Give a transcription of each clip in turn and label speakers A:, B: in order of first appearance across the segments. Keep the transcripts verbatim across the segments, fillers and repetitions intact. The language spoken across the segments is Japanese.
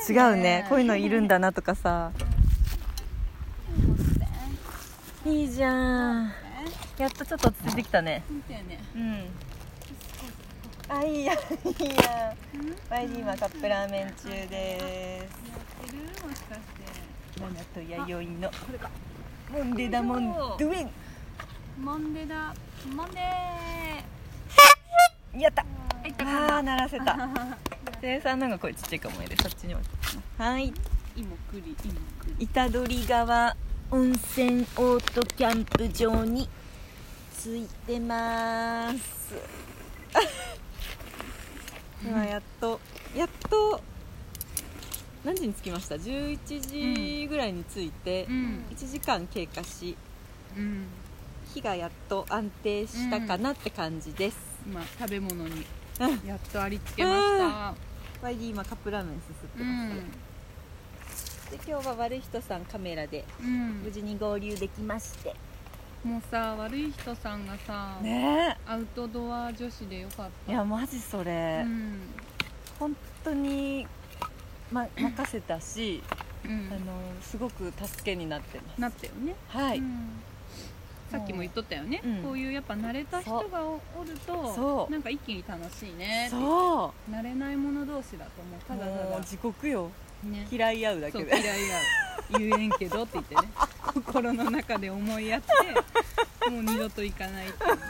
A: 違うね、こういうのいるんだなとかさ。いいじゃん。やっとちょっと落ち着いてきたね。うん。あ、いいやいいや。ワイディ今カップラーメン中です。
B: やってる？もしかして。
A: ナナと弥生のこれか。モンデダモンドゥイン。
B: モンデだ。モンデ
A: ー。やった。ああ、鳴らせた。生産のがこれちっちゃいかもやで、そっちに置いて。はい。
B: 芋栗、芋栗。
A: 板取川温泉オートキャンプ場に着いてます。今やっとやっと何時に着きました？じゅういちじぐらいに着いて、うん、いちじかん経過し、うん、火がやっと安定したかなって感じです。
B: 今食べ物にやっとありつけました。
A: ワイディ今カップラーメンすすってます、うん、で今日は悪い人さんカメラで無事に合流できまして、
B: うん、もうさ悪い人さんがさ、
A: ね、
B: アウトドア女子でよかった。
A: いやマジそれ、うん、本当に、ま、任せたし、うん、あのすごく助けになってます。
B: なったよね。
A: はい、うん、
B: さっきも言っとったよね、うん、こういうやっぱ慣れた人がおるとなんか一気に楽しいねって。そう慣れない者同士だともうただただ
A: 地獄よ、ね、嫌い合うだけで。
B: そう嫌い合う言えんけどって言ってね心の中で思いやってもう二度と行かないっていうね、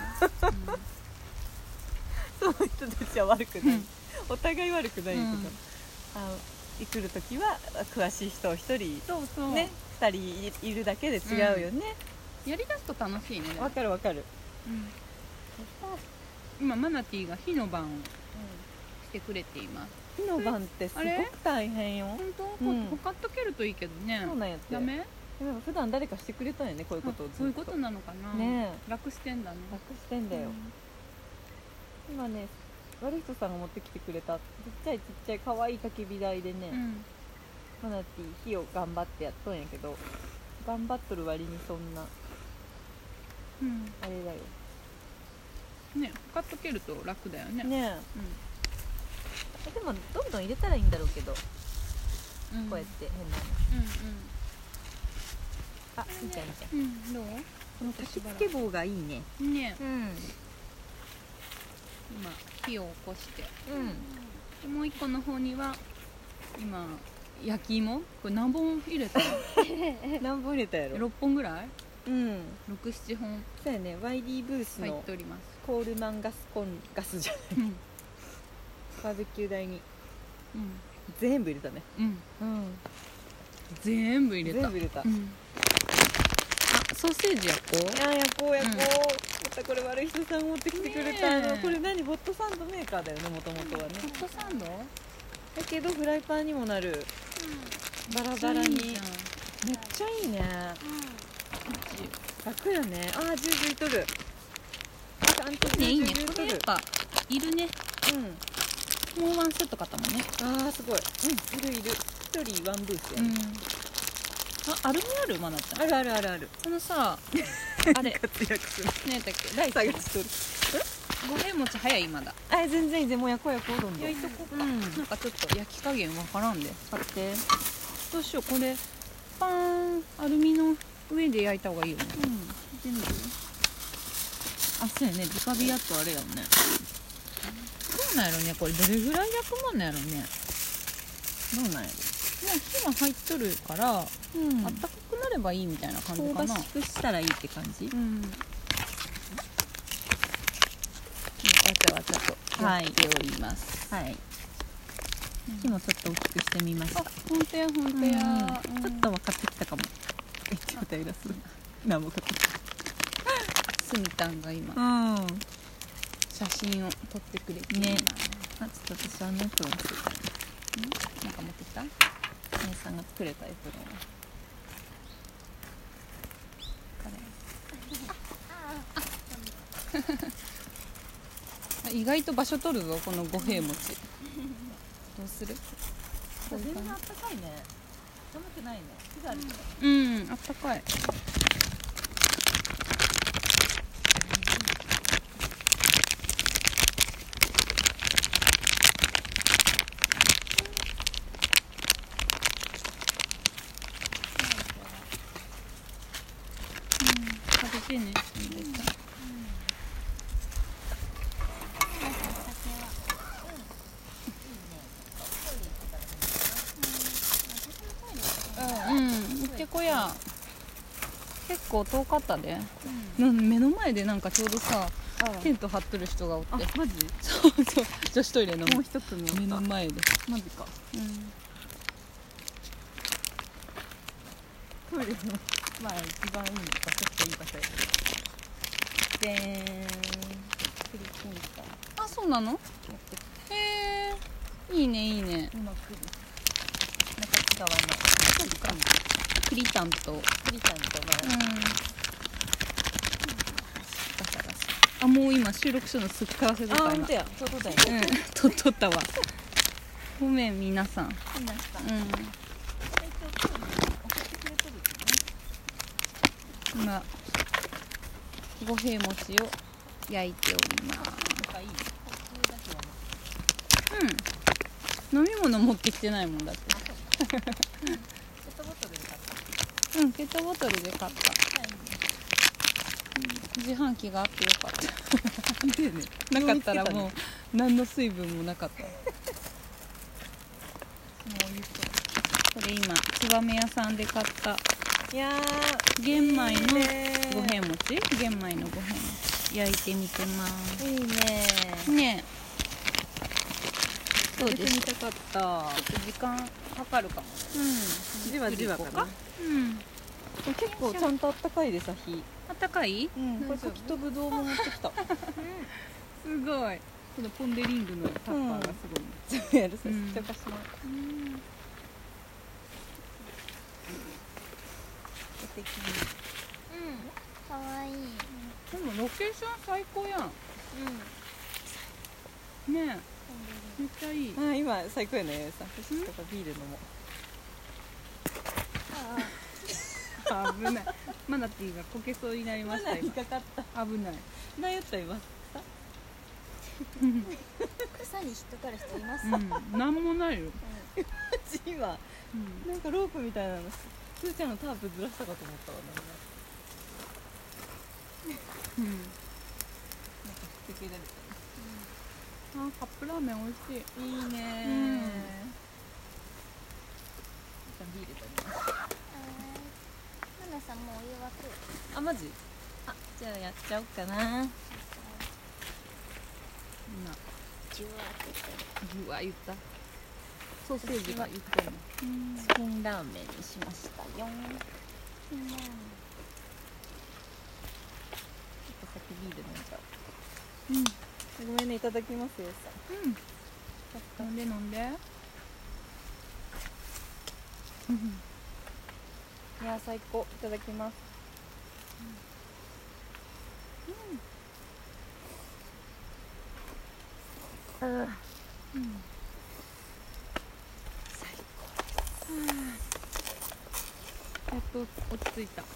A: うん、その人たちは悪くない、うん、お互い悪くないけど、うん、あの来るときは詳しい人を一人
B: そうそう、
A: ね、二人いるだけで違うよね、
B: うん、やりだすと楽しいね。
A: わかるわかる、うん、
B: 今マナティーが火の番をしてくれています。
A: 火の番ってすごく大変よ。
B: 本当、うん、ほかっとけるといいけどね。
A: そうなんやって。
B: ダメ？
A: でも普段誰かしてくれたんやね、こういうことをずっと。
B: そういうことなのかな、ね、楽してんだね。
A: 楽してんだよ、うん、今ね悪い人さんが持ってきてくれたちっちゃいちっちゃい可愛い焚き火台でね、うん、マナティー火を頑張ってやっとんやけど、頑張っとる割にそんな、うん、あれだよ
B: ね。ほかっとけると楽だよね。
A: ねえ、うん、でもどんどん入れたらいいんだろうけど、うん、こうやって変なの、うんうん、あ、みたいみたい、うん、どう？この焚き付け棒がいいね。
B: ね、うん、今火を起こして、うん、でもう一個の方には今焼き芋、これ何本入れた？
A: 何本入れたやろ？
B: ろっぽんぐらい？
A: うん、
B: ろく、ななほん。
A: そうやね。ワイディブースのコールマンガスコンガスじゃない、うん、バーベキュー台に、うん、全部入れたね、うんうん、
B: 全部入れた
A: 全部入れた、うん、
B: あ、ソーセージ焼こう。
A: いや焼こう焼こう、うん、またこれ悪い人さん持ってきてくれたの。これ何？ホットサンドメーカーだよね、もともとはね。
B: ホットサンドだ
A: けどフライパンにもなる、うん、バラバラにめっちゃいいね、うん、楽やね。あー、ジュースいとる。あ、ちゃんと
B: いいね、いいね。これやっぱいるね。うん。もうワンセット買ったもんね。
A: あー、すごい。うん、いるいる。一人ワンブースやね、
B: うん、あ、アルミある？マナちゃん。
A: あるあるあるある。
B: このさあれ
A: 活躍する
B: ねえだっけ、ライ
A: 探しとる。
B: 五平餅早いまだ。
A: あ、全然いいぜ、もう焼こう焼こうどんどん。
B: 焼いとこうか、うん、なんかちょっと焼き加減わからんで。
A: 買って。
B: どうしよう、これパーンアルミの上で焼いた方がいいよね。うん、全部。あ、そうやね、直火やとあれやんね。どうなんやろね、これどれぐらい焼くもんなんやろね。
A: どうなんやろ。
B: もう火が入っとるから、うん、あったかくなればいいみたいな感じかな。
A: 香ばしくしたらいいって感じ。うん。
B: わちゃわちゃとやっております。はい。はい、
A: 火もちょっと大きくしてみました。
B: ほんとやほんとや、
A: うん、ちょっと分かってきたかも。え、ちょっとイラスト何もかってきた。
B: スミタンが今、うん、写真を撮ってくれてね。
A: あ、ちょっと私あのエプロン作りたいな。
B: なんか持ってきた？
A: 姉さんが作れたエプロン。
B: 意外と場所取るぞこの五平餅。どうする？
A: 全然あったかいね。寒くないね。火があるから。
B: うん、あったかい。 しいね。うん、行ってこや。結構遠かったで、うん、目の前でなんかちょうどさテント張っとる人がおって。あ、
A: マジ？
B: そうそう、女子トイレの
A: もう一組
B: 目の前で。
A: マジか。うん、トイレのまあ一番いい場所っていい場所やでーん、クリキンさん。
B: あ、そうなの？へえ、いいねいいね。
A: 今クリ中津川の
B: そっか、クリタンと
A: クリタンとの、
B: うん、あ、もう今収録するのすっからせとった。
A: あ、ほんとや、そうだよね。
B: うん、撮っとったわ。ごめん皆さん。
A: 皆さん、
B: うん、今五平餅を焼いております。うん、飲み物持ってきてないもんだって。
A: ペットボトルで買った。
B: うん、ペットボトルで買った。自販機があってよかったなかったらもう何の水分もなかった。もう言うとこれ今燕屋さんで買った、
A: いやー、
B: 玄米の五
A: いいね
B: 平餅、玄米の五平餅焼いてみてます。
A: いいね
B: ねえ、どう
A: 食べ
B: ですか？
A: てみたかった。
B: ちょっと時間かかるかも。
A: うん、じわじわかな。
B: うん、
A: 結構ちゃんとあったかいでさ、火。
B: あったかい？
A: うん、これ柿とぶどうも持ってきた。
B: すごい。このポン・デ・リングのタッパーがすごいね。
A: 全部やるさ、
B: うん
A: ちょかしま。素敵。
C: うん、かわいい。
B: でもロケーション最高やん。
C: うん。
B: ねえ、めっちゃいい。
A: あ、今最高やね、さ、私とかビール飲もう。
B: あ、危ない。マナティーがこけそうになりました。
A: 引っかかった。
B: 危ない。
A: 悩った今。
C: 草に引っかかる人います？
B: うん、なんもないよ。
A: 今、
B: うん、
A: なんかロープみたいなの、すーちゃんのタープずらしたかと思ったわ。なんか、
B: うん、
A: なんか引っ掛けられた。
B: あ、カップラーメン美味しい。
A: いいねー。
B: うん、
A: じゃあビール飲みます。
C: マナさんもうお湯沸く？
A: あ、マジ？あ、じゃあやっちゃおうかな。
B: 今
C: じゅわーって
B: うわ言った。ソーセージが言ったよね。
A: チキンラーメンにしましたよ。ちょっ
C: うん。
A: と先ビール飲んじゃう。ごめんね、いただきますよさ。
B: うん、飲んで飲んで。
A: いや、最高。いただきます。うん。うん。
B: うん、やっと落ち着いた。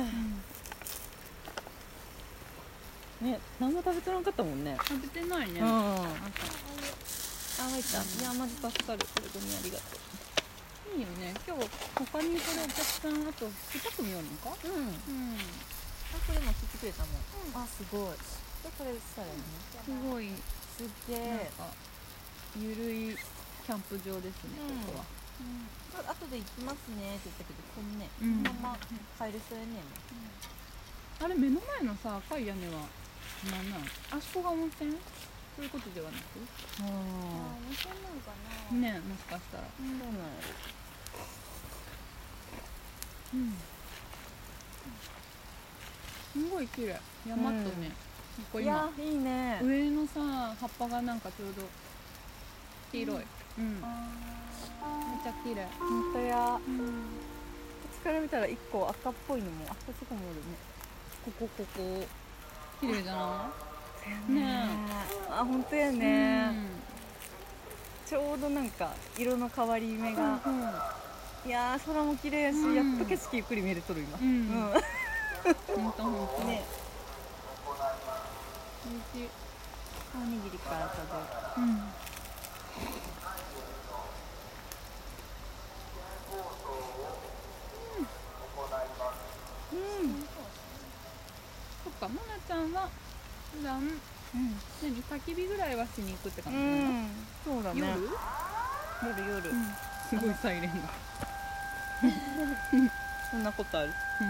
A: ね、何も食べてなかったもんね。
B: 食べてないね。
A: うん。
B: あ、
A: あ、入った。いや、マジ助かる。これごめん、ありがと
B: いいよね。今日他にこれお客さんあとに組おるのか？
A: う。うん。
B: うん。
A: あ、これも切ってくれたもん。あ、すごい。で、これしたらいいね。
B: すごい
A: すっげ
B: なん
A: え。
B: かゆるいキャンプ場ですね、
A: うん
B: ここは。
A: あ、後で行きますねって言ったけど、こんね、こ
B: うん
A: のまま帰れそうやね。
B: あれ目の前のさ赤い屋根はなんなん？あそこが温泉？そういうことではなく？
A: あ
C: あ、温泉なんかな。
B: ね、もしかしたら。
A: あ、そうなんやろ。
B: うん。すごい綺麗。山とね、ここ
A: い
B: 今
A: や、いいね。
B: 上のさ葉っぱがなんかちょうど黄色い。うん。めっちゃ綺麗。
A: ほんとや。
B: うん。
A: こっちから見たら一個赤っぽいのも、あ、そこもおるね。
B: ここここ綺麗じゃない？
A: ね
B: ね
A: え。あ、ほんとや
B: え。
A: ね。ちょうどなんか色の変わり目が。
B: うん。
A: いやー、空も綺麗やし、
B: うん
A: やっと景色ゆっくり見れとる今。
B: うん。ほんとほんと。
A: ね。
B: 美味しい。
A: おにぎりから食べる。
B: うん。 さんは普段、うん、何焚き火ぐらいはしに行くって感じなの、
A: うん、そうだね。
B: 夜
A: 夜夜、
B: うん、すごいサイレンが
A: そんなことある、
B: うん、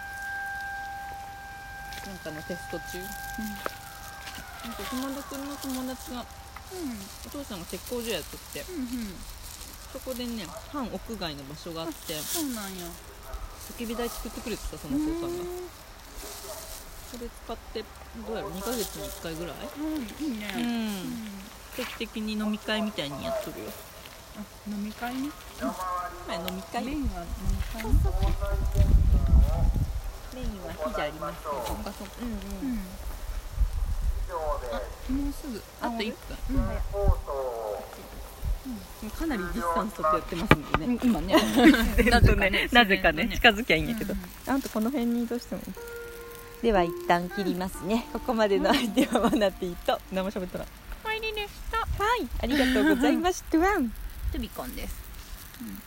A: なんかのテスト中、うん、なんか熊田くんの友達が、うん、お父さんが鉄工所やっとって、うんうん、そこでね半屋外の場所があって、
B: そうなんや、
A: 焚き火台作ってくれてた、そのお父さんが。それ使ってどうやろうにかげつにいっかいぐらい、
B: うん、いいね、
A: うんうん、定期的に飲み会みたいにやっとるよ。
B: あ、飲み会ね、うん、
A: 飲み会、
B: メインは飲み会、
A: そうそう、メインは火じゃありますけど、
B: そっかそっか、うんうん、うん、あ、もうすぐあといっぷん、うん、
A: うん、かなりディスタンスとってやってますんでね、
B: 今ね
A: なぜかね、なぜかね、近づきゃいいんやけど、
B: うんうん、
A: あんたこの辺に移動してもいい。では一旦切りますね。ここまでの相手はマナティと生喋ったら
B: おいりでした。
A: はい、ありがとうございました。
B: トゥビコンです、うん